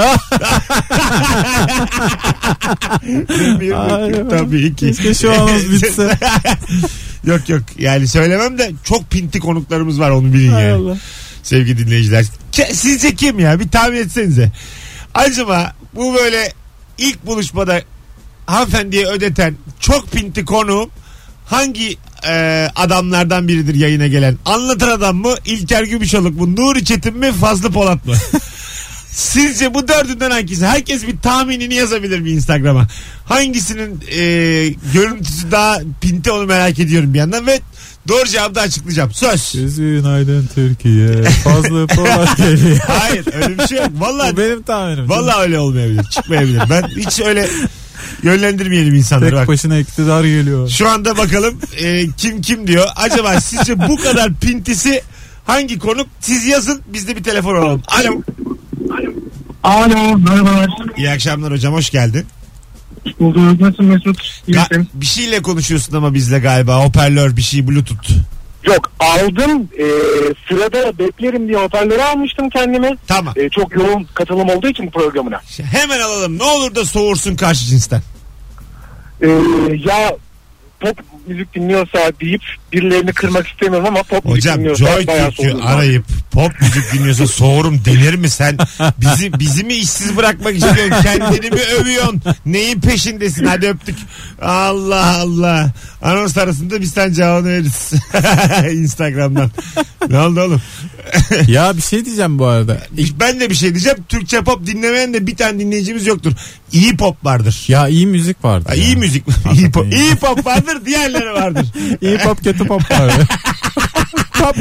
Speaker 2: bir,
Speaker 3: Ay,
Speaker 2: bir, tabii iki.
Speaker 3: Keşke şu an az bitse.
Speaker 2: Yok yok, yani söylemem de çok pinti konuklarımız var, onu bilin
Speaker 3: Hay
Speaker 2: yani.
Speaker 3: Allah.
Speaker 2: Sevgili dinleyiciler. Ke- Sizce kim ya? Bir tahmin etsenize. Acaba bu böyle ilk buluşmada hanımefendiye ödeten çok pinti konuğum hangi e, adamlardan biridir yayına gelen? Anlatan adam mı? İlker Gümüşoluk mu? Nuri Çetin mi? Fazlı Polat mı? Sizce bu dördünden hangisi? Herkes bir tahminini yazabilir mi Instagram'a? Hangisinin e, görüntüsü daha pinti, onu merak ediyorum bir yandan ve doğru cevabı da açıklayacağım. Söz.
Speaker 3: Gözün aydın Türkiye. Fazla Polat geliyor.
Speaker 2: Hayır, öyle bir şey yok. Vallahi
Speaker 3: Bu benim tahminim.
Speaker 2: vallahi öyle olmayabilir. Çıkmayabilir. Ben hiç öyle yönlendirmeyelim insanları.
Speaker 3: Tek
Speaker 2: Bak.
Speaker 3: başına iktidar geliyor.
Speaker 2: Şu anda bakalım e, kim kim diyor. Acaba sizce bu kadar pintisi hangi konuk? Siz yazın, biz de bir telefon alalım. Alo.
Speaker 6: Alo, merhabalar.
Speaker 2: İyi akşamlar hocam, hoş geldin.
Speaker 6: Bulduk. Nasılsın Mesut?
Speaker 2: Ga- bir şeyle konuşuyorsun ama bizle galiba. Hoparlör, bir şey, bluetooth.
Speaker 6: Yok, aldım. Ee, sırada beklerim diye hoparlörü almıştım kendime.
Speaker 2: Tamam.
Speaker 6: Ee, çok yoğun katılım olduğu için bu programına.
Speaker 2: Hemen alalım. Ne olur da soğursun karşı cinsten.
Speaker 6: Ee, ya pop müzik dinliyorsa deyip birilerini kırmak istemiyorum ama pop müzik
Speaker 2: Hocam
Speaker 6: dinliyorsa
Speaker 2: Joy
Speaker 6: bayağı
Speaker 2: Türk'ü
Speaker 6: soğudum.
Speaker 2: arayıp pop müzik dinliyorsa soğurum denir mi sen? Bizi, bizi mi işsiz bırakmak istiyorsun? Kendini mi övüyorsun? Neyin peşindesin? Hadi öptük. Allah Allah. Anons arasında biz sen cevabını veririz. Instagram'dan. Ne oldu oğlum?
Speaker 3: Ya bir şey diyeceğim bu arada.
Speaker 2: Ben de bir şey diyeceğim. Türkçe pop dinlemeyen de bir tane dinleyicimiz yoktur. İyi pop vardır.
Speaker 3: Ya iyi müzik vardı.
Speaker 2: Ha,
Speaker 3: ya.
Speaker 2: iyi müzik. iyi pop, iyi pop vardır. Diğerleri vardır.
Speaker 3: İyi pop kötü pop var. Top.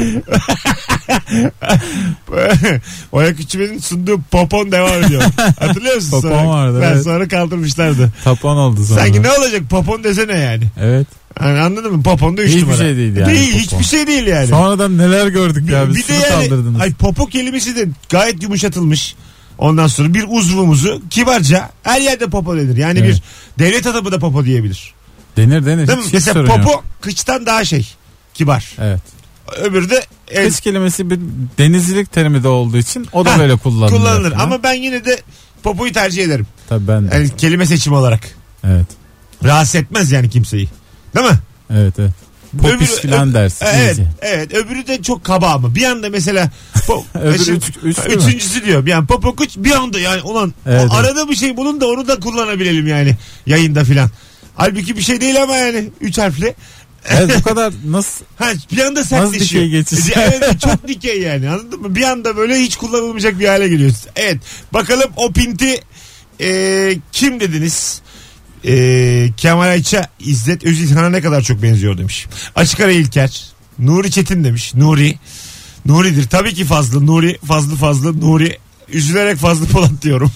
Speaker 2: Oya Küçümen'in sunduğu popon devam ediyor. Hatırlıyor musun?
Speaker 3: Popon
Speaker 2: sonra?
Speaker 3: vardı,
Speaker 2: Ben
Speaker 3: evet.
Speaker 2: sonra kaldırmışlardı.
Speaker 3: Tapon oldu sonra.
Speaker 2: Sanki ne olacak popon desene yani.
Speaker 3: Evet.
Speaker 2: Yani anladın mı? Popon da üç
Speaker 3: Hiçbir
Speaker 2: numara.
Speaker 3: şey değil yani
Speaker 2: Değil
Speaker 3: popon.
Speaker 2: hiçbir şey değil yani.
Speaker 3: Sonradan neler gördük ya biz.
Speaker 2: Bir de
Speaker 3: Şunu
Speaker 2: yani
Speaker 3: kaldırdınız.
Speaker 2: ay, popo kelimesi de gayet yumuşatılmış. Ondan sonra bir uzvumuzu kibarca her yerde popo denir. Yani
Speaker 3: Evet.
Speaker 2: bir devlet adamı da popo diyebilir.
Speaker 3: Denir denir.
Speaker 2: Değil mi?
Speaker 3: Hiç
Speaker 2: Mesela
Speaker 3: sorun
Speaker 2: popo
Speaker 3: yok.
Speaker 2: kıçtan daha şey kibar.
Speaker 3: Evet.
Speaker 2: Öbürü de el,
Speaker 3: Kıç kelimesi bir denizcilik terimi de olduğu için o da
Speaker 2: Ha,
Speaker 3: böyle kullanılıyor.
Speaker 2: kullanılır.
Speaker 3: falan.
Speaker 2: Ama ben yine de popoyu tercih ederim.
Speaker 3: Tabii ben de.
Speaker 2: Yani kelime seçimi olarak.
Speaker 3: Evet.
Speaker 2: Rahatsız etmez yani kimseyi. Değil mi?
Speaker 3: Evet evet. Popis
Speaker 2: Öbürü-
Speaker 3: filan
Speaker 2: ö-
Speaker 3: dersin.
Speaker 2: Evet,
Speaker 3: iyice.
Speaker 2: evet. Öbürü de çok kaba ama. Bir anda mesela po,
Speaker 3: Öbürü
Speaker 2: Şimdi-
Speaker 3: üç- üçlü mü?
Speaker 2: üçüncüsü diyor. Yani popo kuç bir anda yani ulan
Speaker 3: Evet,
Speaker 2: o
Speaker 3: evet.
Speaker 2: arada bir şey bulun da onu da kullanabilelim yani yayında filan. Halbuki bir şey değil ama yani üç harfli.
Speaker 3: Evet bu kadar nasıl
Speaker 2: Ha, bir anda sertleşiyor.
Speaker 3: dikey geçiş?
Speaker 2: Evet, çok dikey yani, anladın mı? Bir anda böyle hiç kullanılmayacak bir hale geliyor. Evet, bakalım o pinti e, kim dediniz? E, Kemal Ayça İzzet Özilhan'a ne kadar çok benziyor demiş. Açık ara İlker. Nuri Çetin demiş. Nuri. Nuri'dir. Tabii ki Fazlı. Nuri. Fazlı Fazlı. Nuri. Üzülerek Fazlı Polat diyorum.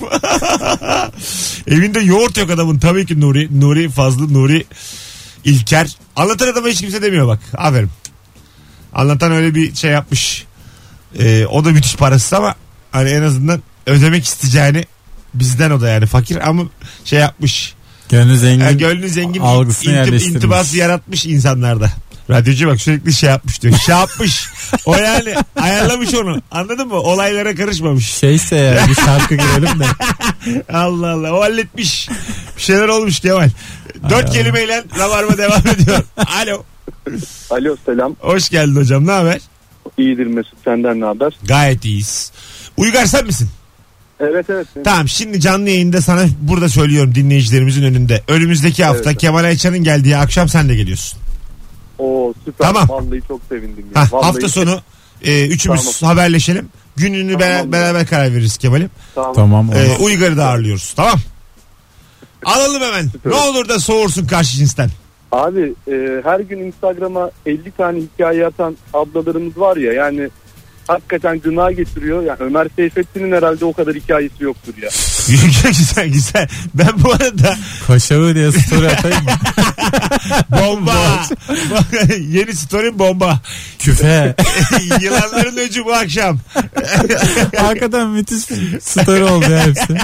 Speaker 2: Evinde yoğurt yok adamın. Tabii ki Nuri. Nuri Fazlı. Nuri İlker. Anlatan adama hiç kimse demiyor bak. Aferin. Anlatan öyle bir şey yapmış. Ee, o da müthiş parası ama hani en azından ödemek isteyeceğini bizden, o da yani fakir ama şey yapmış.
Speaker 3: gönlü zengin
Speaker 2: Yani gönlü zengin
Speaker 3: algısını
Speaker 2: intib-
Speaker 3: yerleştirmiş.
Speaker 2: intibası yaratmış insanlarda. Radyocu bak sürekli şey yapmış diyor. Şey yapmış. O yani ayarlamış onu. Anladın mı? Olaylara karışmamış.
Speaker 3: Şeyse ya bir şarkı girelim de.
Speaker 2: Allah Allah. O halletmiş. Bir şeyler olmuş Kemal. Dört
Speaker 3: Ay
Speaker 2: kelimeyle Rabarba devam ediyor. Alo.
Speaker 7: Alo selam.
Speaker 2: Hoş geldin hocam. Ne haber?
Speaker 7: İyidir Mesut, senden ne haber?
Speaker 2: Gayet iyiyiz. Uygar sen misin?
Speaker 7: Evet evet.
Speaker 2: Tamam, şimdi canlı yayında sana burada söylüyorum dinleyicilerimizin önünde. Önümüzdeki hafta
Speaker 7: Evet.
Speaker 2: Kemal Ayça'nın geldiği akşam sen de geliyorsun.
Speaker 7: Oo süper.
Speaker 2: Tamam.
Speaker 7: Vallahi çok sevindim ya.
Speaker 2: Hah,
Speaker 7: Vallahi
Speaker 2: hafta sonu e, üçümüz
Speaker 7: Tamam.
Speaker 2: haberleşelim. Gününü
Speaker 7: Tamam.
Speaker 2: bera- beraber karar veririz Kemal'im.
Speaker 7: Tamam.
Speaker 3: Tamam.
Speaker 2: E,
Speaker 3: olur.
Speaker 2: Uygar'ı da ağırlıyoruz. Tamam. Alalım hemen.
Speaker 7: Süper.
Speaker 2: Ne olur da soğursun karşı cinsten.
Speaker 7: Abi e, her gün Instagram'a elli tane hikaye atan ablalarımız var ya, yani hakikaten gına getiriyor. Yani Ömer Seyfettin'in herhalde o kadar hikayesi yoktur ya.
Speaker 2: Güzel güzel. Ben bu arada
Speaker 3: Kaşağı diye story atayım mı?
Speaker 2: bomba. Yeni story'm bomba.
Speaker 3: Küfe.
Speaker 2: Yılanların öcü bu akşam.
Speaker 3: Hakikaten müthiş bir story oldu ya hepsi.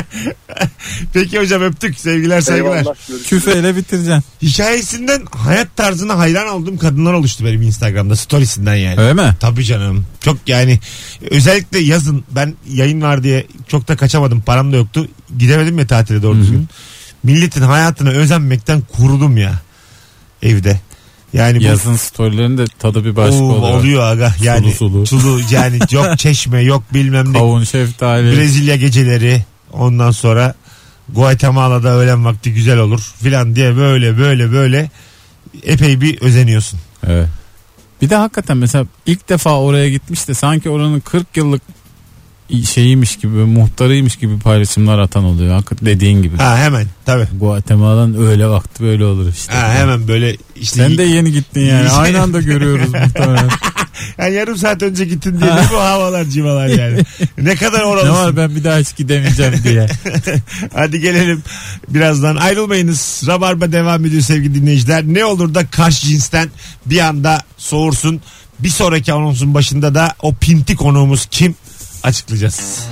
Speaker 2: Peki hocam, öptük. Sevgiler saygılar.
Speaker 7: Eyvallah, görüşürüz.
Speaker 3: Küfeyle bitireceksin.
Speaker 2: Hikayesinden, hayat tarzına hayran olduğum kadınlar oluştu benim Instagram'da, storiesinden yani.
Speaker 3: Öyle mi?
Speaker 2: Tabii canım. Çok yani, özellikle yazın ben yayın var diye çok da kaçamadım. Param da yoktu. Gidemedim ya tatile doğru düzgün. Milletin hayatına özenmekten kurudum ya evde. Yani bu
Speaker 3: Yazın storylerin de tadı bir başka
Speaker 2: Oo,
Speaker 3: oluyor.
Speaker 2: oluyor aga. Yani
Speaker 3: Sulu
Speaker 2: sulu yani yok çeşme yok bilmem ne.
Speaker 3: Kavun, şeftali.
Speaker 2: Brezilya geceleri, ondan sonra Guatemala'da öğlen vakti güzel olur filan diye böyle böyle böyle epey bir özeniyorsun.
Speaker 3: Evet. Bir de hakikaten mesela ilk defa oraya gitmiş de sanki oranın kırk yıllık şeyiymiş gibi, muhtarıymış gibi paylaşımlar atan oluyor. Hakikaten dediğin gibi.
Speaker 2: Ha hemen tabii.
Speaker 3: Guatemala'nın öyle vakti böyle olur işte.
Speaker 2: Ha hemen böyle işte.
Speaker 3: Sen de yeni gittin yani. Aynı anda görüyoruz muhtemelen.
Speaker 2: Yani yarım saat önce gittin diye bu havalar civalar yani. Ne kadar
Speaker 3: Ne
Speaker 2: oralısın.
Speaker 3: var ben bir daha hiç gidemeyeceğim diye.
Speaker 2: Hadi gelelim. Birazdan ayrılmayınız. Rabarba devam ediyor sevgili dinleyiciler. Ne olur da karşı cinsten bir anda soğursun. Bir sonraki anonsun başında da o pinti konuğumuz kim açıklayacağız.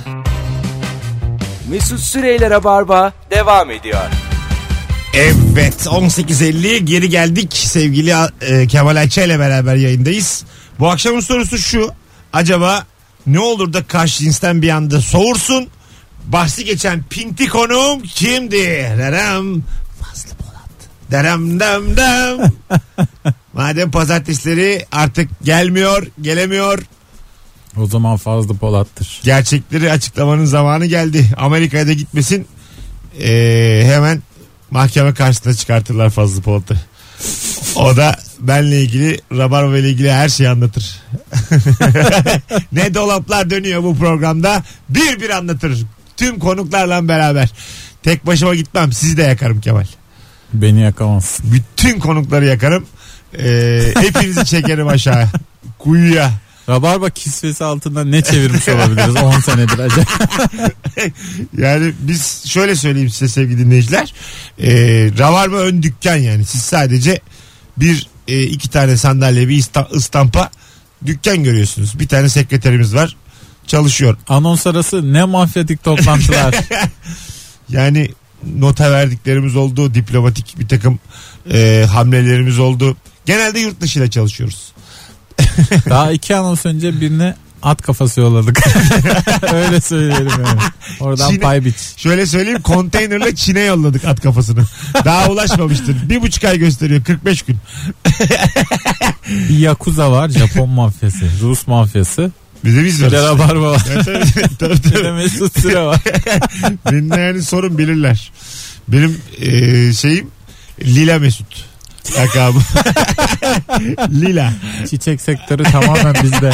Speaker 1: Mesut Süreyler'e barba devam ediyor.
Speaker 2: Evet, on sekiz elli geri geldik. Sevgili e, Kemal Ayça ile beraber yayındayız. Bu akşamın sorusu şu: acaba ne olur da karşı cinsten bir anda soğursun? Bahsi geçen pinti konuğum kimdi? Derem Fazlı Polat. Derem dem dem. Madem pazartesileri artık gelmiyor, gelemiyor,
Speaker 3: O zaman Fazlı Polat'tır.
Speaker 2: gerçekleri açıklamanın zamanı geldi. Amerika'ya da gitmesin. Ee, hemen mahkeme karşısına çıkartırlar Fazlı Polat'ı. O da benle ilgili, Rabarba ile ilgili her şeyi anlatır. Ne dolaplar dönüyor bu programda. Bir bir anlatır. Tüm konuklarla beraber. Tek başıma gitmem. Sizi de yakarım Kemal.
Speaker 3: Beni yakamazsın.
Speaker 2: Bütün konukları yakarım. Ee, hepinizi çekerim aşağıya. Kuyuya.
Speaker 3: Rabarba kisvesi altından ne çevirmiş olabiliriz on senedir acaba?
Speaker 2: Yani biz şöyle söyleyeyim size sevgili dinleyiciler. Ee, Rabarba ön dükkan yani. Siz sadece bir e, iki tane sandalye bir ista- ıstampa dükkan görüyorsunuz. Bir tane sekreterimiz var. Çalışıyor.
Speaker 3: Anons arası ne mafyatik toplantılar.
Speaker 2: Yani nota verdiklerimiz oldu. Diplomatik bir takım e, hamlelerimiz oldu. Genelde yurt dışıyla çalışıyoruz.
Speaker 3: Daha iki anons önce birine at kafası yolladık. Öyle söyleyelim yani. Oradan
Speaker 2: Çin'e,
Speaker 3: pay biç.
Speaker 2: şöyle söyleyeyim, konteynerle Çin'e yolladık at kafasını. Daha ulaşmamıştır. Bir buçuk ay gösteriyor, kırk beş gün.
Speaker 3: Bir Yakuza var, Japon mafyası, Rus mafyası.
Speaker 2: Bir de biz
Speaker 3: Bir de
Speaker 2: varız.
Speaker 3: Rabarba var.
Speaker 2: Evet, tabii, tabii,
Speaker 3: Bir de
Speaker 2: tabii.
Speaker 3: Mesut Süre var.
Speaker 2: Benim yani sorun bilirler. Benim e, şeyim Lila Mesut. Lakabı. Lila.
Speaker 3: Çiçek sektörü tamamen bizde.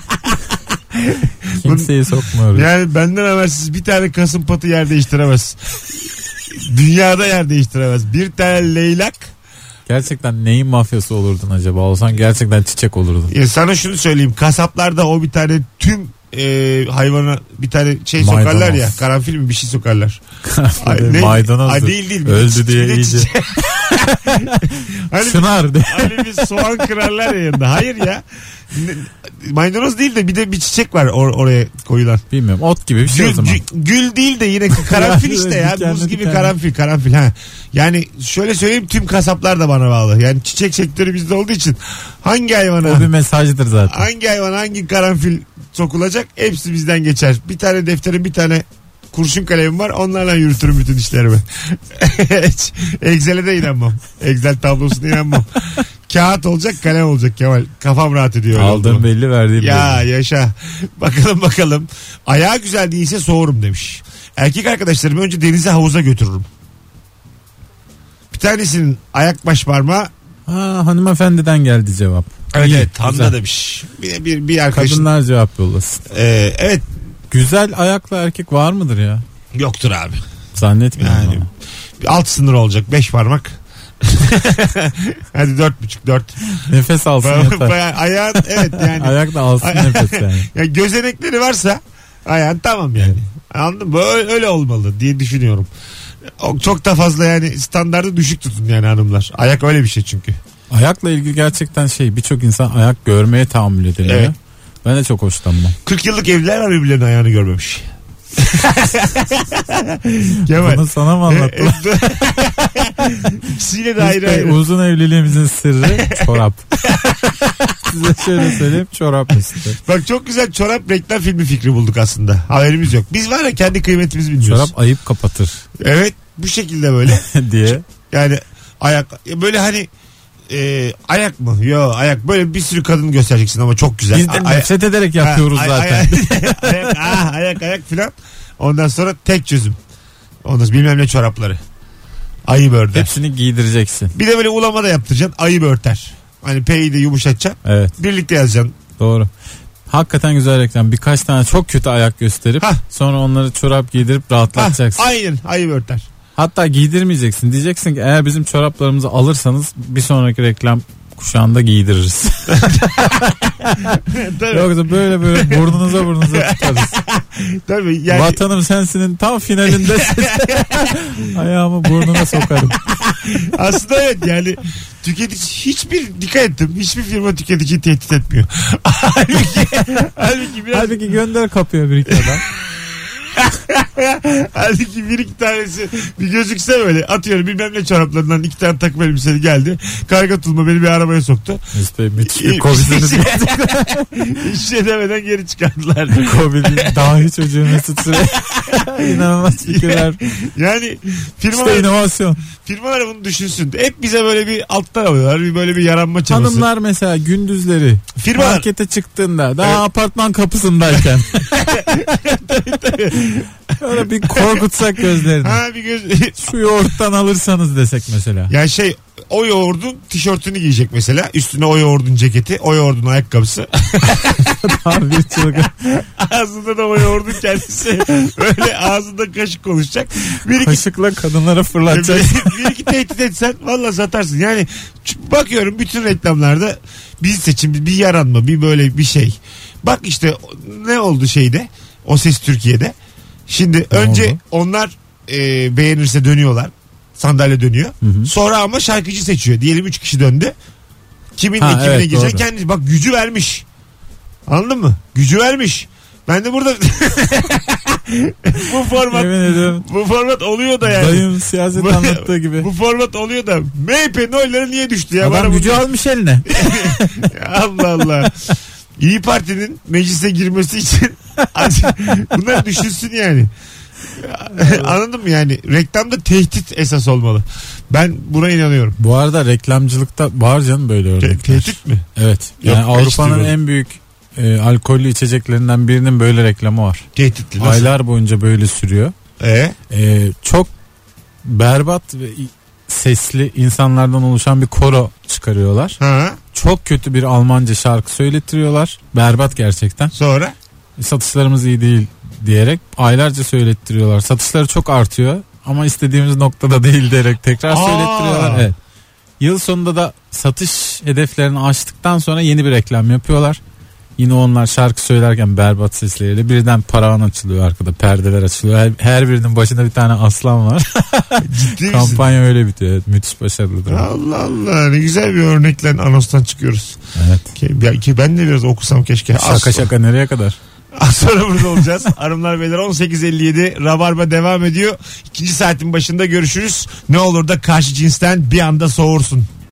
Speaker 3: Kimseyi sokmuyoruz.
Speaker 2: Yani benden habersiz bir tane kasım patı yer değiştiremez. Dünyada yer değiştiremez. Bir tane leylak.
Speaker 3: Gerçekten neyin mafyası olurdun acaba? Olsan gerçekten çiçek olurdun.
Speaker 2: Ya sana şunu söyleyeyim. Kasaplarda o bir tane tüm e, hayvana bir tane şey
Speaker 3: Maydanoz.
Speaker 2: sokarlar ya. Karanfil mi bir şey sokarlar. Ay, ne?
Speaker 3: Maydanoz.
Speaker 2: Ay, değil değil. Bir
Speaker 3: Öldü
Speaker 2: de-
Speaker 3: diye
Speaker 2: bir de
Speaker 3: iyice.
Speaker 2: çiçek. Hani
Speaker 3: Çınar de.
Speaker 2: Hani bir soğan kırarlar ya yanında. Hayır ya. Ne- Maydanoz değil de bir de bir çiçek var or- oraya koyulan.
Speaker 3: Bilmiyorum, ot gibi bir şey o
Speaker 2: Gül,
Speaker 3: zaman.
Speaker 2: gü- gül değil de yine karanfil işte ya.
Speaker 3: Dikenli
Speaker 2: Buz gibi
Speaker 3: dikenli.
Speaker 2: karanfil karanfil ha. Yani şöyle söyleyeyim, tüm kasaplar da bana bağlı. Yani çiçek sektörü bizde olduğu için hangi
Speaker 3: O bir
Speaker 2: hayvana
Speaker 3: mesajdır zaten.
Speaker 2: hangi hayvana hangi karanfil sokulacak hepsi bizden geçer. Bir tane defterim, bir tane kurşun kalemim var, onlarla yürütürüm bütün işlerimi. Hiç Excel'e de inanmam. Excel tablosuna inanmam. Kağıt olacak, kalem olacak Kemal. Kafam rahat ediyor. öyle oldu
Speaker 3: Aldığım
Speaker 2: mu?
Speaker 3: belli, verdiğim
Speaker 2: Ya
Speaker 3: belli.
Speaker 2: yaşa. Bakalım bakalım. Ayağı güzel değilse soğurum demiş. Erkek arkadaşlarımı önce denize, havuza götürürüm. Bir tanesinin ayak baş parmağı
Speaker 3: Ha, hanımefendiden geldi cevap.
Speaker 2: evet,
Speaker 3: İyi,
Speaker 2: evet Hanna
Speaker 3: güzel.
Speaker 2: demiş. Bir, bir, bir arkadaşın.
Speaker 3: Kadınlar cevap yollasın.
Speaker 2: Ee, evet
Speaker 3: Güzel ayaklı erkek var mıdır ya?
Speaker 2: yoktur abi.
Speaker 3: Zannetmiyorum.
Speaker 2: Yani
Speaker 3: ama.
Speaker 2: bir alt sınır olacak. Beş parmak. Hadi dört buçuk dört.
Speaker 3: Nefes alsın yeter.
Speaker 2: Bayağı ayağın evet yani.
Speaker 3: Ayak da alsın
Speaker 2: Ay-
Speaker 3: nefes yani.
Speaker 2: Ya gözenekleri varsa ayağın tamam yani. Anladın mı? Öyle, öyle olmalı diye düşünüyorum. O çok da fazla yani standardı düşük tutun yani hanımlar. Ayak öyle bir şey çünkü.
Speaker 3: Ayakla ilgili gerçekten şey, birçok insan ayak görmeye tahammül edemiyor.
Speaker 2: Evet.
Speaker 3: Ben de çok hoşlanmam.
Speaker 2: kırk yıllık evliler var, birbirlerinin ayağını görmemiş. Kemal.
Speaker 3: Bunu sana mı anlattılar?
Speaker 2: İkisiyle de ayrı
Speaker 3: Biz de
Speaker 2: ayrı.
Speaker 3: uzun evliliğimizin sırrı çorap. Size şöyle söyleyeyim, çorap Mesut.
Speaker 2: Bak çok güzel çorap reklam filmi fikri bulduk aslında. Haberimiz yok. Biz var ya kendi kıymetimizi bilmiyoruz.
Speaker 3: Çorap ayıp kapatır
Speaker 2: Evet bu şekilde böyle.
Speaker 3: diye.
Speaker 2: Yani ayak böyle hani e, ayak mı? Yok ayak, böyle bir sürü kadın göstereceksin ama çok güzel.
Speaker 3: Biz de
Speaker 2: A-
Speaker 3: nefret ederek yapıyoruz
Speaker 2: Ha, ay-
Speaker 3: zaten.
Speaker 2: Ayak, ayak, ah, ayak ayak filan. Ondan sonra tek çözüm. Ondan sonra bilmem ne çorapları. Ayıp örter.
Speaker 3: Hepsini giydireceksin.
Speaker 2: Bir de böyle ulama da yaptıracaksın. Ayıp örter. Hani P'yi de yumuşatacaksın.
Speaker 3: Evet,
Speaker 2: Birlikte yazacaksın.
Speaker 3: doğru. Hakikaten güzel reklam. Birkaç tane çok kötü ayak gösterip
Speaker 2: Hah.
Speaker 3: sonra onları çorap giydirip
Speaker 2: Ah,
Speaker 3: rahatlatacaksın.
Speaker 2: aynen ayıp örter.
Speaker 3: Hatta giydirmeyeceksin. Diyeceksin ki eğer bizim çoraplarımızı alırsanız bir sonraki reklam kuşağında giydiririz.
Speaker 2: Tabii.
Speaker 3: Yoksa böyle böyle burnunuza burnunuza tutarız.
Speaker 2: Tabii yani.
Speaker 3: Vatanım Sensin'in tam finalinde ayağımı burnuna sokarım.
Speaker 2: Aslında evet yani tüketici, hiçbir dikkat ettim. Hiçbir firma tüketiciyi tehdit etmiyor. halbuki, halbuki biraz
Speaker 3: Halbuki gönder kapıya bir iki adam.
Speaker 2: halbuki bir iki tanesi bir gözükse böyle atıyorum bilmem ne çoraplarından iki tane takım elbiseli geldi. Karga tulma beni bir arabaya soktu.
Speaker 3: Mesut Bey müthiş
Speaker 2: İyi-
Speaker 3: bir Covid'iniz var.
Speaker 2: Hiç şey demeden geri çıkardılar.
Speaker 3: Covid'in dahi çocuğu Mesut Süre. İnanılmaz fikirler.
Speaker 2: Yani
Speaker 3: İşte
Speaker 2: firmalar,
Speaker 3: inovasyon.
Speaker 2: firmalar bunu düşünsün. Hep bize böyle bir alttan alıyorlar. Bir böyle bir yaranma çabası.
Speaker 3: Hanımlar mesela gündüzleri
Speaker 2: Firmalar-
Speaker 3: markete çıktığında daha apartman kapısındayken Öyle bir korkutsak gözlerini.
Speaker 2: Ha bir göz...
Speaker 3: Şu yoğurttan alırsanız desek mesela.
Speaker 2: Yani şey o yoğurdun tişörtünü giyecek mesela. Üstüne o yoğurdun ceketi, o yoğurdun ayakkabısı.
Speaker 3: Abi bir çılgın.
Speaker 2: Ağzında da o yoğurdun kendisi. Böyle ağzında kaşık konuşacak. Bir iki,
Speaker 3: Kaşıkla kadınlara fırlatacak.
Speaker 2: bir, bir iki tehdit etsen valla satarsın. Yani bakıyorum bütün reklamlarda bizi seçim, bir yaranma, bir böyle bir şey. Bak işte ne oldu şeyde, O Ses Türkiye'de. Şimdi
Speaker 3: Ne
Speaker 2: önce
Speaker 3: oldu?
Speaker 2: onlar e, beğenirse dönüyorlar. Sandalye dönüyor. Hı hı. Sonra ama şarkıcı seçiyor. Diyelim üç kişi döndü. Kimin
Speaker 3: Ha,
Speaker 2: ekibine
Speaker 3: evet,
Speaker 2: girecek
Speaker 3: doğru.
Speaker 2: kendisi. Bak gücü vermiş. Anladın mı? Gücü vermiş. Ben de burada bu format
Speaker 3: Yemin ediyorum.
Speaker 2: bu format oluyor da yani.
Speaker 3: Dayım siyaset
Speaker 2: Bu-
Speaker 3: anlattığı gibi.
Speaker 2: Bu format oluyor da M H P'nin oyları niye düştü ya? Bana
Speaker 3: Adam
Speaker 2: bu-
Speaker 3: gücü almış eline.
Speaker 2: Allah Allah. İyi Parti'nin meclise girmesi için bunlar düşünsün yani. Anladın mı yani? Reklamda tehdit esas olmalı. Ben buna inanıyorum.
Speaker 3: Bu arada reklamcılıkta var canım böyle
Speaker 2: Te-
Speaker 3: örnekler.
Speaker 2: tehdit mi?
Speaker 3: Evet.
Speaker 2: Yok,
Speaker 3: Yani Avrupa'nın
Speaker 2: işte bu.
Speaker 3: en büyük e, alkollü içeceklerinden birinin böyle reklamı var.
Speaker 2: Tehditli. Nasıl?
Speaker 3: Aylar boyunca böyle sürüyor.
Speaker 2: Ee?
Speaker 3: E, çok berbat ve sesli insanlardan oluşan bir koro çıkarıyorlar.
Speaker 2: Ha.
Speaker 3: Çok kötü bir Almanca şarkı söylettiriyorlar. Berbat gerçekten.
Speaker 2: Sonra?
Speaker 3: Satışlarımız iyi değil diyerek aylarca söylettiriyorlar. Satışları çok artıyor ama istediğimiz noktada değil diyerek tekrar
Speaker 2: Aa.
Speaker 3: söylettiriyorlar. Evet. Yıl sonunda da satış hedeflerini aştıktan sonra yeni bir reklam yapıyorlar. Yine onlar şarkı söylerken berbat sesleriyle birden paravan açılıyor arkada, perdeler açılıyor. Her, her birinin başında bir tane aslan var.
Speaker 2: Ciddi misin?
Speaker 3: Kampanya öyle bitiyor. Evet, müthiş başarılıdır.
Speaker 2: Allah Allah, ne güzel bir örnekle anonstan çıkıyoruz.
Speaker 3: Evet.
Speaker 2: Ki, ya- ki ben de biraz okusam keşke. Az
Speaker 3: Şaka
Speaker 2: sonra-
Speaker 3: şaka nereye kadar?
Speaker 2: Az sonra burada olacağız. Hanımlar beyler, on sekiz elli yedi Rabarba devam ediyor. İkinci saatin başında görüşürüz. Ne olur da karşı cinsten bir anda soğursun.